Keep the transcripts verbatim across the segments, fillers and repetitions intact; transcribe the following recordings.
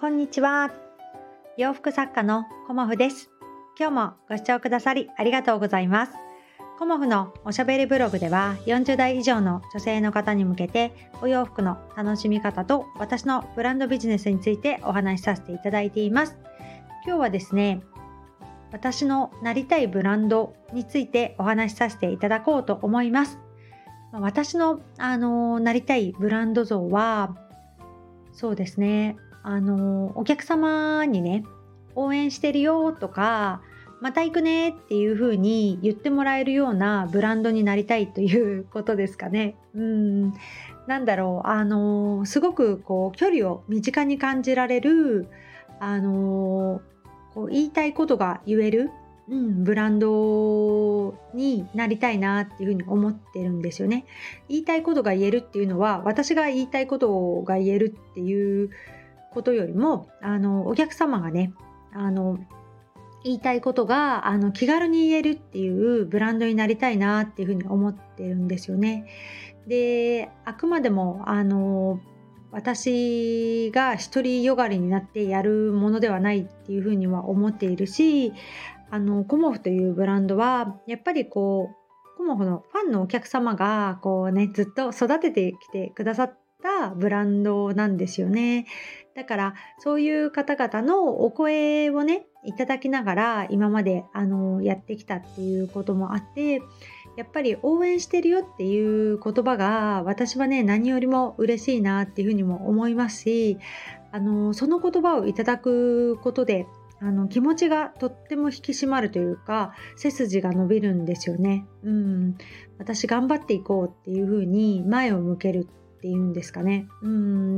こんにちは。洋服作家のコモフです。今日もご視聴くださりありがとうございます。コモフのおしゃべりブログではよんじゅう代以上の女性の方に向けてお洋服の楽しみ方と私のブランドビジネスについてお話しさせていただいています。今日はですね、私のなりたいブランドについてお話しさせていただこうと思います。私の、あのなりたいブランド像はそうですね、あのお客様にね、応援してるよとかまた行くねっていう風に言ってもらえるようなブランドになりたいということですかね。うん、なんだろう、あのすごくこう距離を身近に感じられる、あのこう言いたいことが言える、うん、ブランドになりたいなっていうふうに思ってるんですよね。言いたいことが言えるっていうのは、私が言いたいことが言えるっていうことよりも、あのお客様がね、あの言いたいことがあの気軽に言えるっていうブランドになりたいなっていうふうに思ってるんですよね。で、あくまでもあの私が一人よがりになってやるものではないっていうふうには思っているし、あのコモフというブランドはやっぱりこうコモフのファンのお客様がこうね、ずっと育ててきてくださったブランドなんですよね。だからそういう方々のお声をねいただきながら今まであのやってきたっていうこともあって、やっぱり応援してるよっていう言葉が私はね何よりも嬉しいなっていうふうにも思いますし、あのその言葉をいただくことであの気持ちがとっても引き締まるというか、背筋が伸びるんですよね。うん、私頑張っていこうっていうふうに前を向けるっていうんですかね。うん、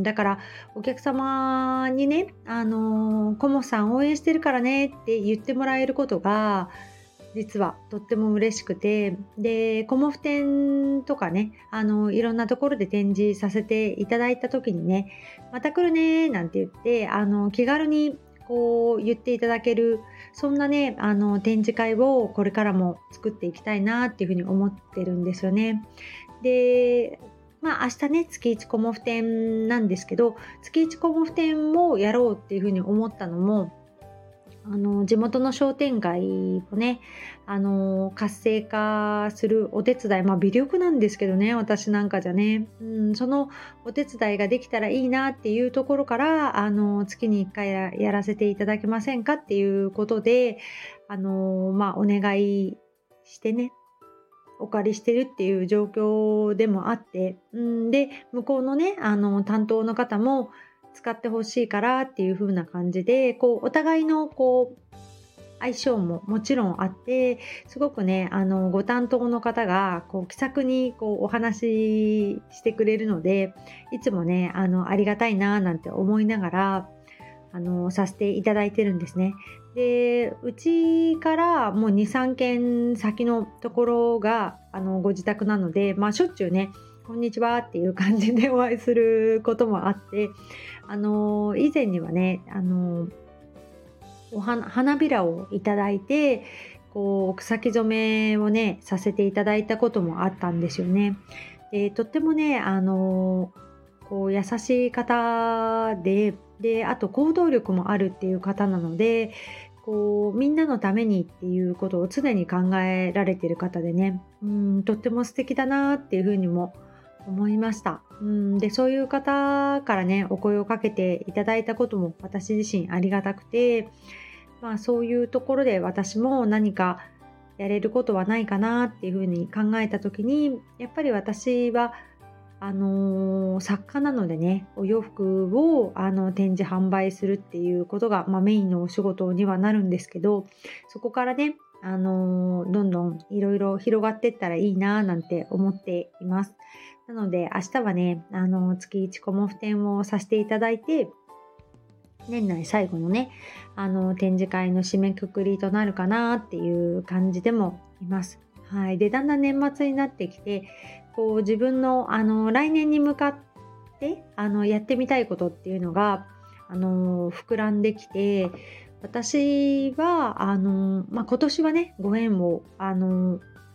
だからお客様にね、あのコモさん応援してるからねって言ってもらえることが実はとっても嬉しくて、でコモフ展とかね、あのいろんなところで展示させていただいた時にね、また来るねなんて言ってあの気軽にこう言っていただける、そんなねあの展示会をこれからも作っていきたいなっていうふうに思ってるんですよね。で、まあ明日ね月一コモフ展なんですけど、月一コモフ展をやろうっていうふうに思ったのも、あの地元の商店街をね、あの活性化するお手伝い、まあ微力なんですけどね、私なんかじゃね、うん、そのお手伝いができたらいいなっていうところから、あの月にいっかい や, やらせていただけませんかっていうことで、あのまあお願いしてね、お借りしてるっていう状況でもあって、うんで向こうのねあの担当の方も使ってほしいからっていう風な感じで、こうお互いのこう相性ももちろんあって、すごくねあのご担当の方がこう気さくにこうお話ししてくれるので、いつもねあのありがたいななんて思いながらあのさせていただいてるんですね。で、うちからもうに、さんけん先のところがあのご自宅なので、まあしょっちゅうねこんにちはっていう感じでお会いすることもあって、あの以前にはねあのお花花びらをいただいて、こう草木染めをねさせていただいたこともあったんですよね。で、とってもねあのこう優しい方で、であと行動力もあるっていう方なので、こうみんなのためにっていうことを常に考えられている方でね、うん、とっても素敵だなっていうふうにも思いました。うん、でそういう方からねお声をかけていただいたことも私自身ありがたくて、まあ、そういうところで私も何かやれることはないかなっていうふうに考えた時に、やっぱり私はあのー作家なのでね、お洋服をあの展示販売するっていうことが、まあ、メインのお仕事にはなるんですけど、そこからね、あのーどんどんいろいろ広がっていったらいいななんて思っています。なので明日はね、あのー月いちコモフ展をさせていただいて、年内最後のねあの展示会の締めくくりとなるかなっていう感じでもいます。はい、でだんだん年末になってきて、こう自分のあの来年に向かってあのやってみたいことっていうのがあの膨らんできて、私はあの、まあ、今年はねご縁をあの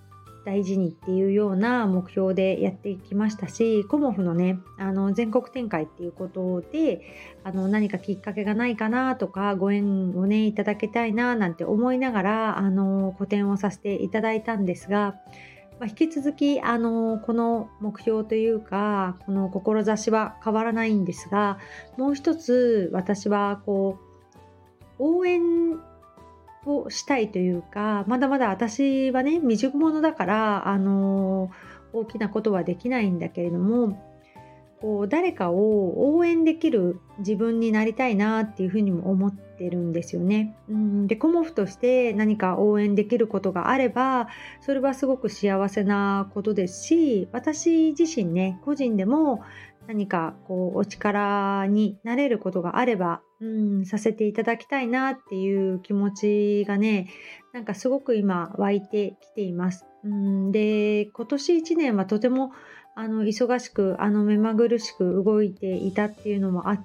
大事にっていうような目標でやっていきましたし、コモフのねあの全国展開っていうことであの何かきっかけがないかなとか、ご縁をねいただきたいななんて思いながらあの個展をさせていただいたんですが、まあ、引き続きあのこの目標というかこの志は変わらないんですが、もう一つ私はこう応援をしたいというか、まだまだ私はね未熟者だからあの大きなことはできないんだけれども、こう誰かを応援できる自分になりたいなっていうふうにも思ってるんですよね。うんでコモフとして何か応援できることがあればそれはすごく幸せなことですし、私自身ね個人でも何かこうお力になれることがあれば、うん、させていただきたいなっていう気持ちがねなんかすごく今湧いてきています。うんで今年いちねんはとてもあの忙しくあの目まぐるしく動いていたっていうのもあって、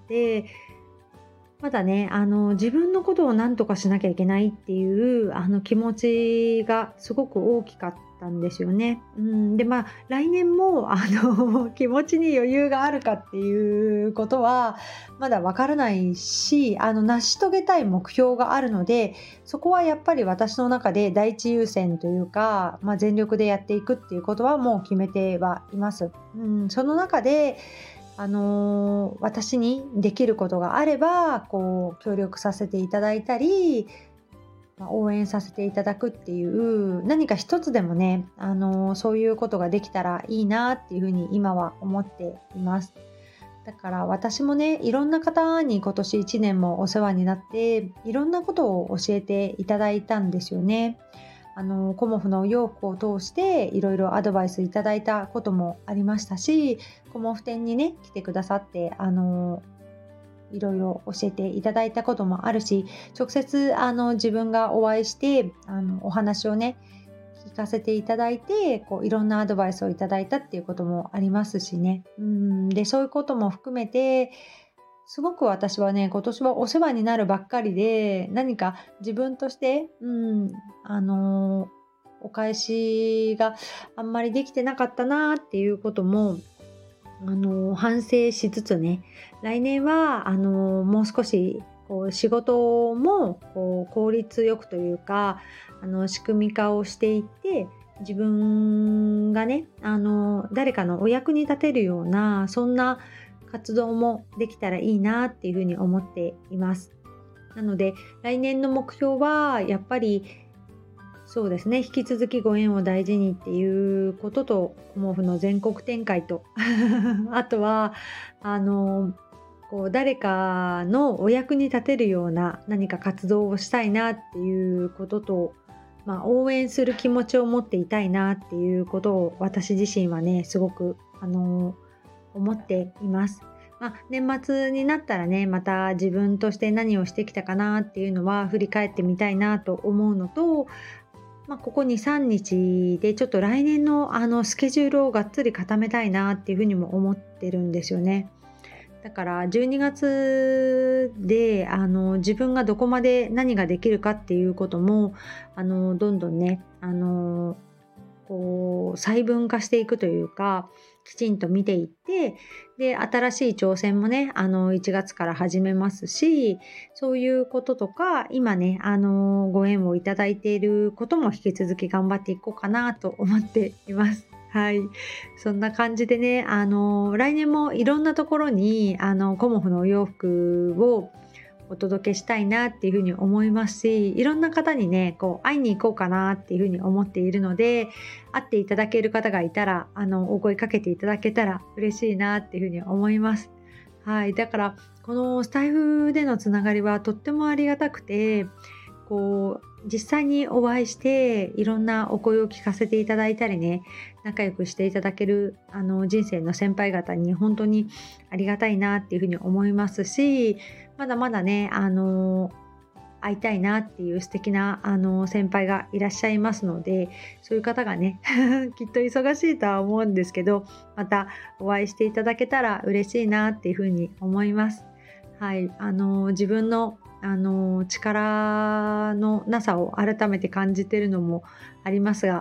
まだねあの自分のことを何とかしなきゃいけないっていうあの気持ちがすごく大きかったんですよね。うんでまあ来年もあの気持ちに余裕があるかっていうことはまだわからないし、あの成し遂げたい目標があるので、そこはやっぱり私の中で第一優先というか、まあ、全力でやっていくっていうことはもう決めてはいます。うん、その中であのー私にできることがあればこう協力させていただいたり、まあ応援させていただくっていう何か一つでもね、あのーそういうことができたらいいなっていうふうに今は思っています。だから私もねいろんな方に今年いちねんもお世話になっていろんなことを教えていただいたんですよね。あのコモフのお洋服を通していろいろアドバイスいただいたこともありましたし、コモフ店にね来てくださってあのいろいろ教えていただいたこともあるし、直接あの自分がお会いしてあのお話をね聞かせていただいてこういろんなアドバイスをいただいたっていうこともありますしね。うんでそういうことも含めてすごく私はね今年はお世話になるばっかりで、何か自分として、うん、あのお返しがあんまりできてなかったなっていうこともあの反省しつつね、来年はあのもう少しこう仕事もこう効率よくというかあの仕組み化をしていって、自分がねあの誰かのお役に立てるようなそんな活動もできたらいいなっていうふうに思っています。なので来年の目標はやっぱりそうですね、引き続きご縁を大事にっていうことと、コモフの全国展開とあとはあのこう誰かのお役に立てるような何か活動をしたいなっていうことと、まあ、応援する気持ちを持っていたいなっていうことを私自身はねすごくあの思っています。まあ、年末になったらねまた自分として何をしてきたかなっていうのは振り返ってみたいなと思うのと、まあ、ここに、さんにちでちょっと来年のあのスケジュールをがっつり固めたいなっていうふうにも思ってるんですよね。だからじゅうにがつであの自分がどこまで何ができるかっていうこともあのどんどんねあのこう細分化していくというかきちんと見ていって、で新しい挑戦もねあのいちがつから始めますし、そういうこととか今ねあのご縁をいただいていることも引き続き頑張っていこうかなと思っています。はい、そんな感じでねあの来年もいろんなところにあのコモフのお洋服をお届けしたいなっていうふうに思いますし、いろんな方にねこう会いに行こうかなっていうふうに思っているので、会っていただける方がいたらあのお声かけていただけたら嬉しいなっていうふうに思います。はい、だからこのスタイフでのつながりはとってもありがたくて、こう実際にお会いしていろんなお声を聞かせていただいたりね、仲良くしていただけるあの人生の先輩方に本当にありがたいなっていうふうに思いますし、まだまだねあの会いたいなっていう素敵なあの先輩がいらっしゃいますので、そういう方がねきっと忙しいとは思うんですけど、またお会いしていただけたら嬉しいなっていうふうに思います。はい、あの自分のあの力のなさを改めて感じているのもありますが、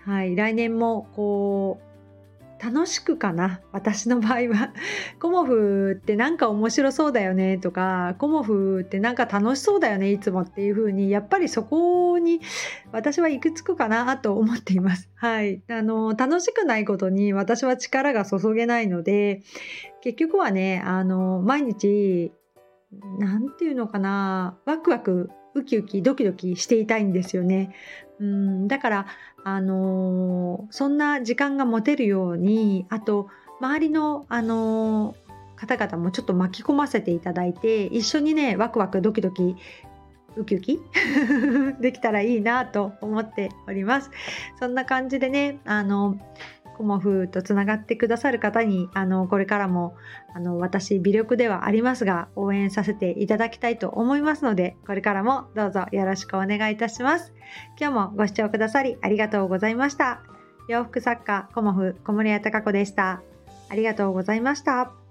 はい、来年もこう楽しくかな、私の場合は。コモフってなんか面白そうだよねとか、コモフってなんか楽しそうだよねいつもっていう風に、やっぱりそこに私は行き着くかなと思っています。はい。あの、楽しくないことに私は力が注げないので、結局はね、あの、毎日、なんていうのかな、ワクワク、ウキウキ、ドキドキしていたいんですよね。うん、だから、あの、そんな時間が持てるように、あと、周りの、あの、方々もちょっと巻き込ませていただいて、一緒にね、ワクワクドキドキウキウキできたらいいなと思っております。そんな感じでね、あの、コモフとつながってくださる方に、あの、これからも、あの、私、微力ではありますが、応援させていただきたいと思いますので、これからもどうぞよろしくお願いいたします。今日もご視聴くださりありがとうございました。洋服作家、コモフ、小森屋隆子でした。ありがとうございました。